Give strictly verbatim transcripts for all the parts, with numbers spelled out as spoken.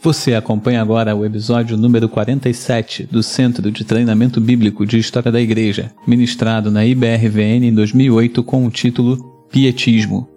Você acompanha agora o episódio número quarenta e sete do Centro de Treinamento Bíblico de História da Igreja, ministrado na I B R V N em dois mil e oito com o título Pietismo.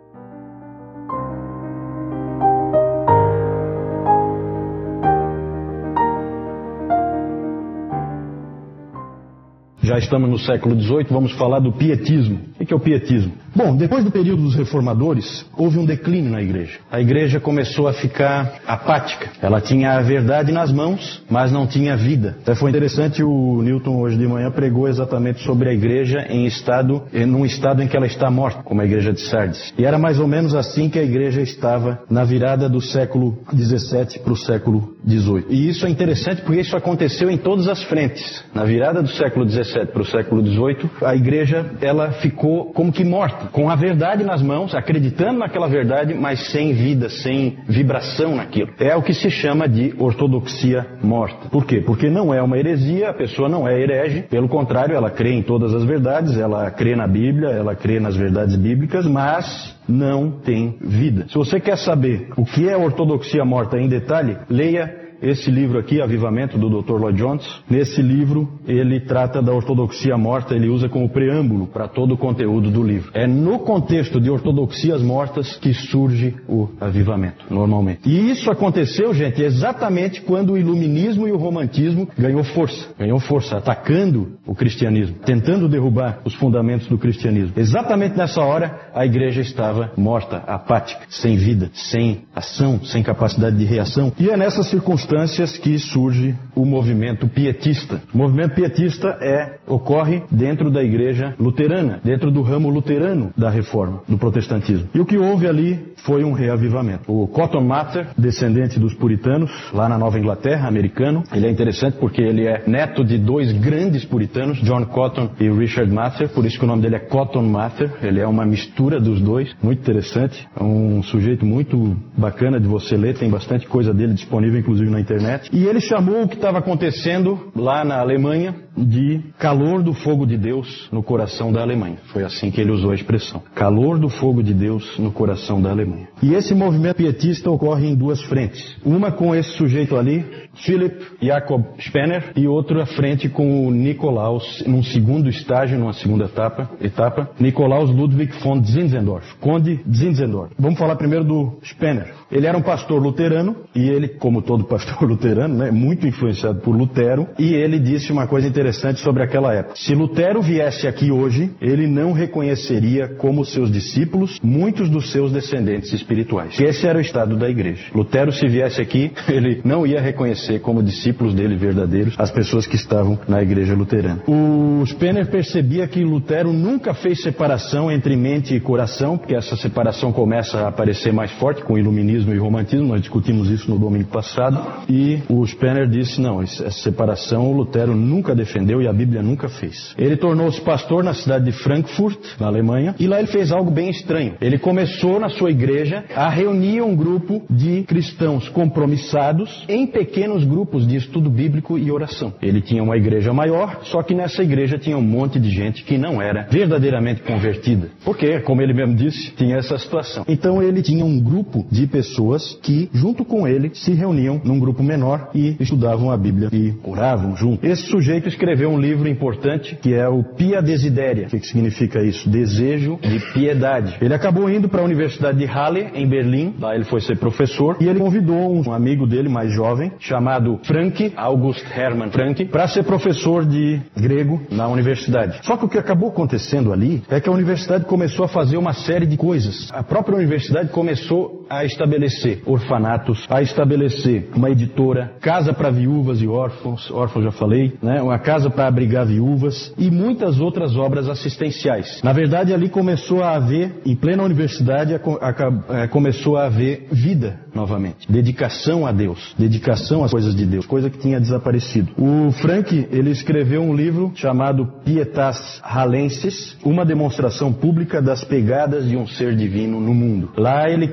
Já estamos no século dezoito, vamos falar do pietismo. O que é o pietismo? Bom, depois do período dos reformadores, houve um declínio na igreja. A igreja começou a ficar apática. Ela tinha a verdade nas mãos, mas não tinha vida. Até foi interessante, o Newton hoje de manhã pregou exatamente sobre a igreja em estado, num estado em que ela está morta, como a igreja de Sardes. E era mais ou menos assim que a igreja estava na virada do século dezessete para o século dezoito. E isso é interessante porque isso aconteceu em todas as frentes. Na virada do século dezessete para o século dezoito, a igreja ela ficou como que morta, com a verdade nas mãos, acreditando naquela verdade, mas sem vida, sem vibração naquilo. É o que se chama de ortodoxia morta. Por quê? Porque não é uma heresia, a pessoa não é herege, pelo contrário, ela crê em todas as verdades, ela crê na Bíblia, ela crê nas verdades bíblicas, mas não tem vida. Se você quer saber o que é ortodoxia morta em detalhe, leia esse livro aqui, Avivamento, do doutor Lloyd Jones. Nesse livro, ele trata da ortodoxia morta, ele usa como preâmbulo para todo o conteúdo do livro. É no contexto de ortodoxias mortas que surge o avivamento, normalmente. E isso aconteceu, gente, exatamente quando o iluminismo e o romantismo ganhou força. Ganhou força, atacando o cristianismo, tentando derrubar os fundamentos do cristianismo. Exatamente nessa hora, a igreja estava morta, apática, sem vida, sem ação, sem capacidade de reação. E é nessas circunstâncias que surge o movimento pietista. O movimento pietista é, ocorre dentro da igreja luterana, dentro do ramo luterano da reforma, do protestantismo. E o que houve ali foi um reavivamento. O Cotton Mather, descendente dos puritanos, lá na Nova Inglaterra, americano, ele é interessante porque ele é neto de dois grandes puritanos, John Cotton e Richard Mather, por isso que o nome dele é Cotton Mather, ele é uma mistura dos dois, muito interessante, é um sujeito muito bacana de você ler, tem bastante coisa dele disponível, inclusive na internet. E ele chamou o que estava acontecendo lá na Alemanha de calor do fogo de Deus no coração da Alemanha. Foi assim que ele usou a expressão. Calor do fogo de Deus no coração da Alemanha. E esse movimento pietista ocorre em duas frentes. Uma com esse sujeito ali, Philipp Jakob Spener, e outra frente com o Nikolaus, num segundo estágio, numa segunda etapa, etapa Nikolaus Ludwig von Zinzendorf, Conde Zinzendorf. Vamos falar primeiro do Spener. Ele era um pastor luterano, e ele, como todo pastor luterano, né, muito influenciado por Lutero, e ele disse uma coisa interessante sobre aquela época. Se Lutero viesse aqui hoje, ele não reconheceria como seus discípulos muitos dos seus descendentes espirituais. Esse era o estado da igreja. Lutero, se viesse aqui, ele não ia reconhecer como discípulos dele verdadeiros as pessoas que estavam na igreja luterana. O Spener percebia que Lutero nunca fez separação entre mente e coração, porque essa separação começa a aparecer mais forte com o iluminismo e o romantismo, nós discutimos isso no domingo passado, e o Spener disse, não, essa separação o Lutero nunca defendeu e a Bíblia nunca fez. Ele tornou-se pastor na cidade de Frankfurt, na Alemanha, e lá ele fez algo bem estranho. Ele começou na sua igreja a reunir um grupo de cristãos compromissados em pequenos grupos de estudo bíblico e oração. Ele tinha uma igreja maior, só que nessa igreja tinha um monte de gente que não era verdadeiramente convertida. Porque, como ele mesmo disse, tinha essa situação. Então ele tinha um grupo de pessoas que, junto com ele, se reuniam num grupo menor e estudavam a Bíblia e oravam juntos. Esse sujeito escreveu um livro importante que é o Pia Desideria. O que, que significa isso? Desejo de piedade. Ele acabou indo para a Universidade de Halle, em Berlim. Lá ele foi ser professor e ele convidou um amigo dele mais jovem, chamado Frank, August Hermann Frank, para ser professor de grego na universidade. Só que o que acabou acontecendo ali é que a universidade começou a fazer uma série de coisas. A própria universidade começou a estabelecer orfanatos, a estabelecer uma editora, casa para viúvas e órfãos, órfãos já falei, né? Uma casa para abrigar viúvas e muitas outras obras assistenciais. Na verdade, ali começou a haver, em plena universidade, a, a, a, começou a haver vida novamente. Dedicação a Deus, dedicação às coisas de Deus, coisa que tinha desaparecido. O Frank, ele escreveu um livro chamado Pietas Hallenses, uma demonstração pública das pegadas de um ser divino no mundo. Lá ele conta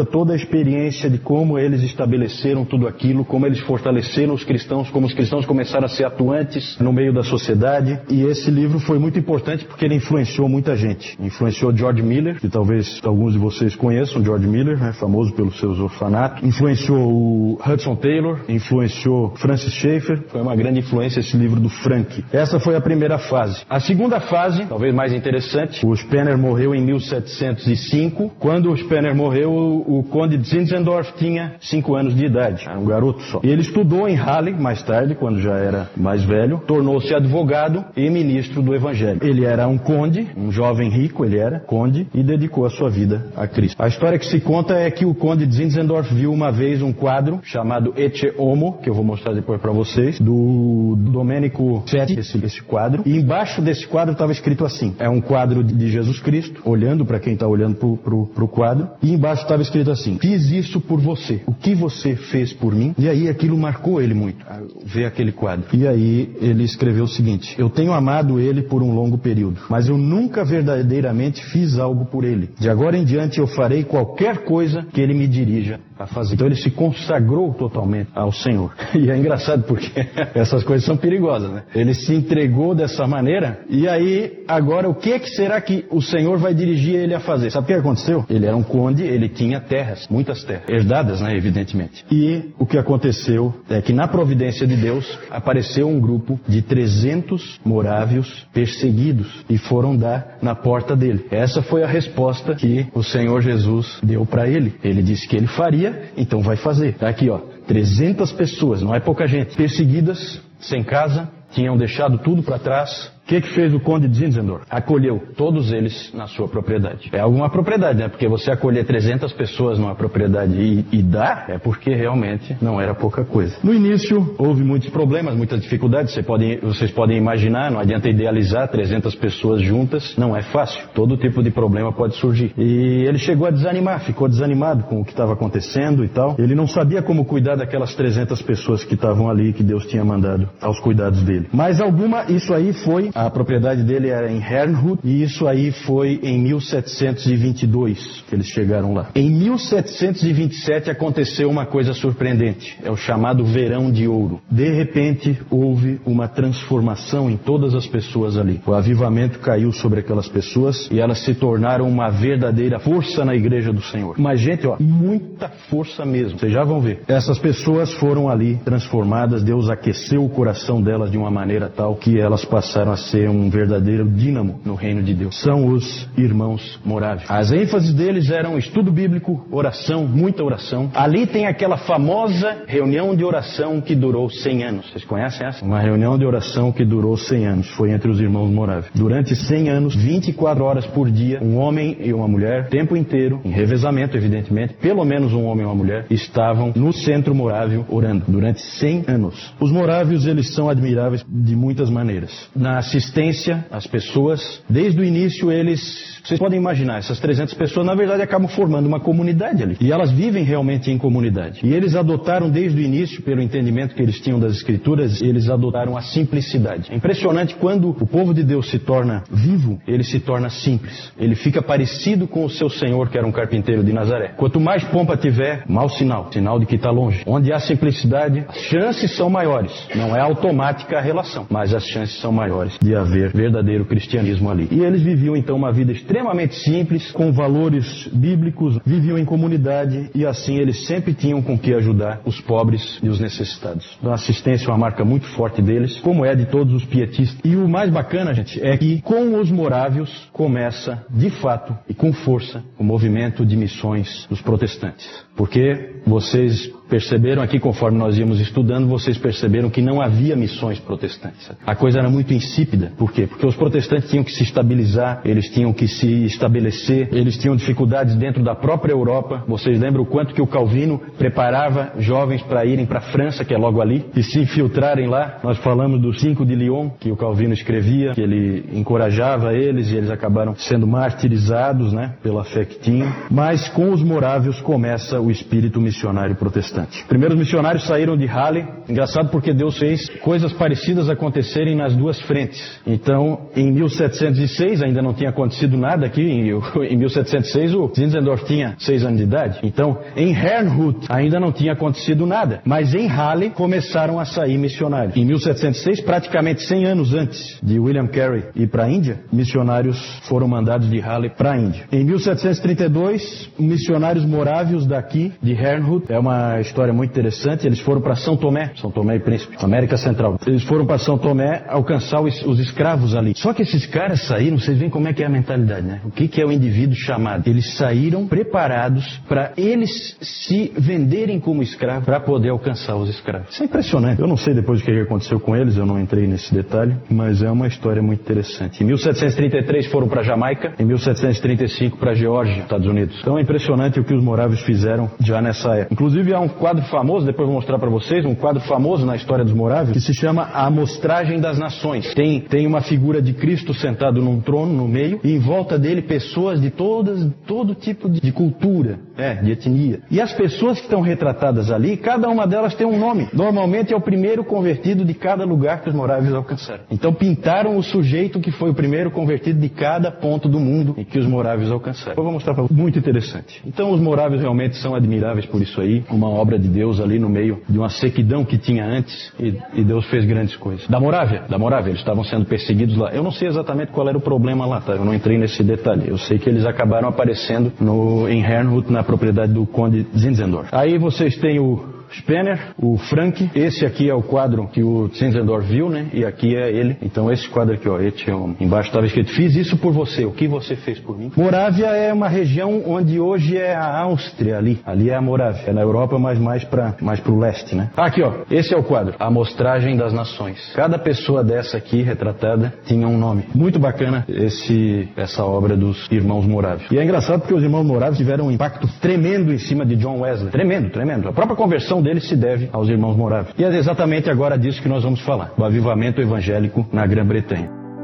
toda a experiência de como eles estabeleceram tudo aquilo, como eles fortaleceram os cristãos, como os cristãos começaram a ser atuantes no meio da sociedade. E esse livro foi muito importante porque ele influenciou muita gente. Influenciou George Miller, que talvez alguns de vocês conheçam, George Miller, né, famoso pelos seus orfanatos. Influenciou o Hudson Taylor, influenciou Francis Schaeffer. Foi uma grande influência esse livro do Frank. Essa foi a primeira fase. A segunda fase, talvez mais interessante, o Spener morreu em mil setecentos e cinco. Quando o Spener morreu, o, o conde de Zinzendorf tinha cinco anos de idade. Era um garoto só. E ele estudou em Halle, mais tarde, quando já era mais velho. Tornou-se advogado e ministro do Evangelho. Ele era um conde, um jovem rico, ele era conde, e dedicou a sua vida a Cristo. A história que se conta é que o conde de Zinzendorf viu uma vez um quadro chamado Ecce Homo, que eu vou mostrar depois para vocês, do Domenico Setti, esse, esse quadro. E embaixo desse quadro estava escrito assim, é um quadro de Jesus Cristo, olhando para quem está olhando pro, pro, pro quadro, e embaixo estava escrito assim, fiz isso por você, o que você fez por mim? E aí aquilo marcou ele muito, ver aquele quadro. E aí ele escreveu o seguinte, eu tenho amado ele por um longo período, mas eu nunca verdadeiramente fiz algo por ele. De agora em diante eu farei qualquer coisa que ele me dirija a fazer. Então ele se consagrou totalmente ao Senhor. E é engraçado porque essas coisas são perigosas, né? Ele se entregou dessa maneira e aí agora o que, que será que o Senhor vai dirigir ele a fazer? Sabe o que aconteceu? Ele era um conde, ele tinha terras, muitas terras, herdadas, né, evidentemente. E o que aconteceu é que na providência de Deus apareceu um grupo de trezentos morávios perseguidos e foram dar na porta dele. Essa foi a resposta que o Senhor Jesus deu para ele. Ele disse que ele faria, então vai fazer. Tá aqui, ó, trezentas pessoas, não é pouca gente, perseguidas, sem casa, tinham deixado tudo para trás. O que, que fez o conde de Zinzendorf? Acolheu todos eles na sua propriedade. É alguma propriedade, né? Porque você acolher trezentas pessoas numa propriedade e, e dar, é porque realmente não era pouca coisa. No início, houve muitos problemas, muitas dificuldades. Você pode, vocês podem imaginar, não adianta idealizar trezentas pessoas juntas. Não é fácil. Todo tipo de problema pode surgir. E ele chegou a desanimar, ficou desanimado com o que estava acontecendo e tal. Ele não sabia como cuidar daquelas trezentas pessoas que estavam ali, que Deus tinha mandado aos cuidados dele. Mas alguma, isso aí foi... A propriedade dele era em Herrnhut e isso aí foi em mil setecentos e vinte e dois que eles chegaram lá. Em mil setecentos e vinte e sete aconteceu uma coisa surpreendente. É o chamado Verão de Ouro. De repente houve uma transformação em todas as pessoas ali. O avivamento caiu sobre aquelas pessoas e elas se tornaram uma verdadeira força na igreja do Senhor. Mas gente, ó, muita força mesmo. Vocês já vão ver. Essas pessoas foram ali transformadas. Deus aqueceu o coração delas de uma maneira tal que elas passaram a ser um verdadeiro dínamo no reino de Deus. São os irmãos morávios. As ênfases deles eram estudo bíblico, oração, muita oração. Ali tem aquela famosa reunião de oração que durou cem anos. Vocês conhecem essa? Uma reunião de oração que durou cem anos. Foi entre os irmãos morávios. Durante cem anos, vinte e quatro horas por dia, um homem e uma mulher, tempo inteiro, em revezamento, evidentemente, pelo menos um homem e uma mulher, estavam no centro morávio orando. Durante cem anos. Os morávios, eles são admiráveis de muitas maneiras. Na assistência às pessoas, desde o início eles, vocês podem imaginar, essas trezentas pessoas na verdade acabam formando uma comunidade ali, e elas vivem realmente em comunidade, e eles adotaram desde o início, pelo entendimento que eles tinham das escrituras, eles adotaram a simplicidade. É impressionante quando o povo de Deus se torna vivo, ele se torna simples, ele fica parecido com o seu Senhor, que era um carpinteiro de Nazaré. Quanto mais pompa tiver, mau sinal, sinal de que está longe. Onde há simplicidade, as chances são maiores, não é automática a relação, mas as chances são maiores de haver verdadeiro cristianismo ali. E eles viviam então uma vida extremamente simples, com valores bíblicos, viviam em comunidade e assim eles sempre tinham com que ajudar os pobres e os necessitados. Então a assistência é uma marca muito forte deles, como é de todos os pietistas. E o mais bacana, gente, é que com os morávios começa, de fato e com força, o movimento de missões dos protestantes. Porque vocês perceberam aqui, conforme nós íamos estudando, vocês perceberam que não havia missões protestantes. A coisa era muito insípida. Por quê? Porque os protestantes tinham que se estabilizar, eles tinham que se estabelecer, eles tinham dificuldades dentro da própria Europa. Vocês lembram o quanto que o Calvino preparava jovens para irem para a França, que é logo ali, e se infiltrarem lá? Nós falamos dos cinco de Lyon, que o Calvino escrevia, que ele encorajava eles e eles acabaram sendo martirizados, né, pela fé que tinham. Mas com os morávios começa o espírito missionário protestante. Primeiro os missionários saíram de Halle. Engraçado porque Deus fez coisas parecidas acontecerem nas duas frentes. antes. Então, em mil setecentos e seis, ainda não tinha acontecido nada aqui, em, em mil setecentos e seis o Zinzendorf tinha seis anos de idade. Então, em Herrnhut ainda não tinha acontecido nada, mas em Halle começaram a sair missionários. Em mil setecentos e seis, praticamente cem anos antes de William Carey ir para a Índia, missionários foram mandados de Halle para a Índia. Em mil setecentos e trinta e dois, missionários morávios daqui, de Herrnhut, é uma história muito interessante, eles foram para São Tomé, São Tomé e Príncipe, América Central. Eles foram para São Tomé alcançar os, os escravos ali. Só que esses caras saíram, vocês veem como é que é a mentalidade, né? O que, que é o indivíduo chamado? Eles saíram preparados para eles se venderem como escravos para poder alcançar os escravos. Isso é impressionante. Eu não sei depois o que aconteceu com eles, eu não entrei nesse detalhe, mas é uma história muito interessante. Em mil setecentos e trinta e três foram para Jamaica, em mil setecentos e trinta e cinco para Geórgia, Estados Unidos. Então é impressionante o que os morávios fizeram já nessa época. Inclusive há um quadro famoso, depois vou mostrar para vocês, um quadro famoso na história dos morávios, que se chama A Amostragem das Nações. Tem, tem uma figura de Cristo sentado num trono no meio, e em volta dele pessoas de todas, todo tipo de, de cultura, é, de etnia. E as pessoas que estão retratadas ali, cada uma delas tem um nome. Normalmente é o primeiro convertido de cada lugar que os morávios alcançaram. Então pintaram o sujeito que foi o primeiro convertido de cada ponto do mundo em que os morávios alcançaram. Eu vou mostrar para vocês. Muito interessante. Então os morávios realmente são admiráveis por isso aí. Uma obra de Deus ali no meio de uma sequidão que tinha antes, e, e Deus fez grandes coisas. Da Morávia, da Morávia, eles estavam sendo perseguidos lá. Eu não sei exatamente qual era o problema lá, tá? Eu não entrei nesse detalhe. Eu sei que eles acabaram aparecendo no, em Herrnhut, na propriedade do conde Zinzendorf. Aí vocês têm o Spener, o Frank, esse aqui é o quadro que o Zinzendorf viu, né? E aqui é ele. Então esse quadro aqui, ó, esse, ó, embaixo estava escrito: fiz isso por você, o que você fez por mim? Morávia é uma região onde hoje é a Áustria ali. Ali é a Morávia. É na Europa, mas mais para mais pro leste, né? Aqui, ó, esse é o quadro, A Amostragem das Nações. Cada pessoa dessa aqui, retratada, tinha um nome. Muito bacana esse, essa obra dos irmãos morávios. E é engraçado porque os irmãos morávios tiveram um impacto tremendo em cima de John Wesley. Tremendo, tremendo. A própria conversão dele se deve aos irmãos morávios. E é exatamente agora disso que nós vamos falar, o avivamento evangélico na Grã-Bretanha.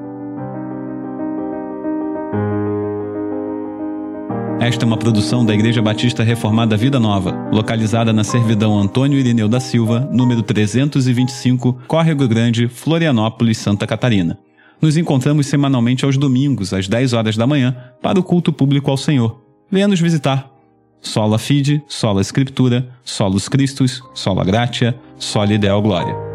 Esta é uma produção da Igreja Batista Reformada Vida Nova, localizada na Servidão Antônio Irineu da Silva, número trezentos e vinte e cinco, Córrego Grande, Florianópolis, Santa Catarina. Nos encontramos semanalmente aos domingos, às dez horas da manhã, para o culto público ao Senhor. Venha nos visitar. Sola Fide, Sola Escritura, Solus Christus, Sola Gratia, Soli Deo Gloria.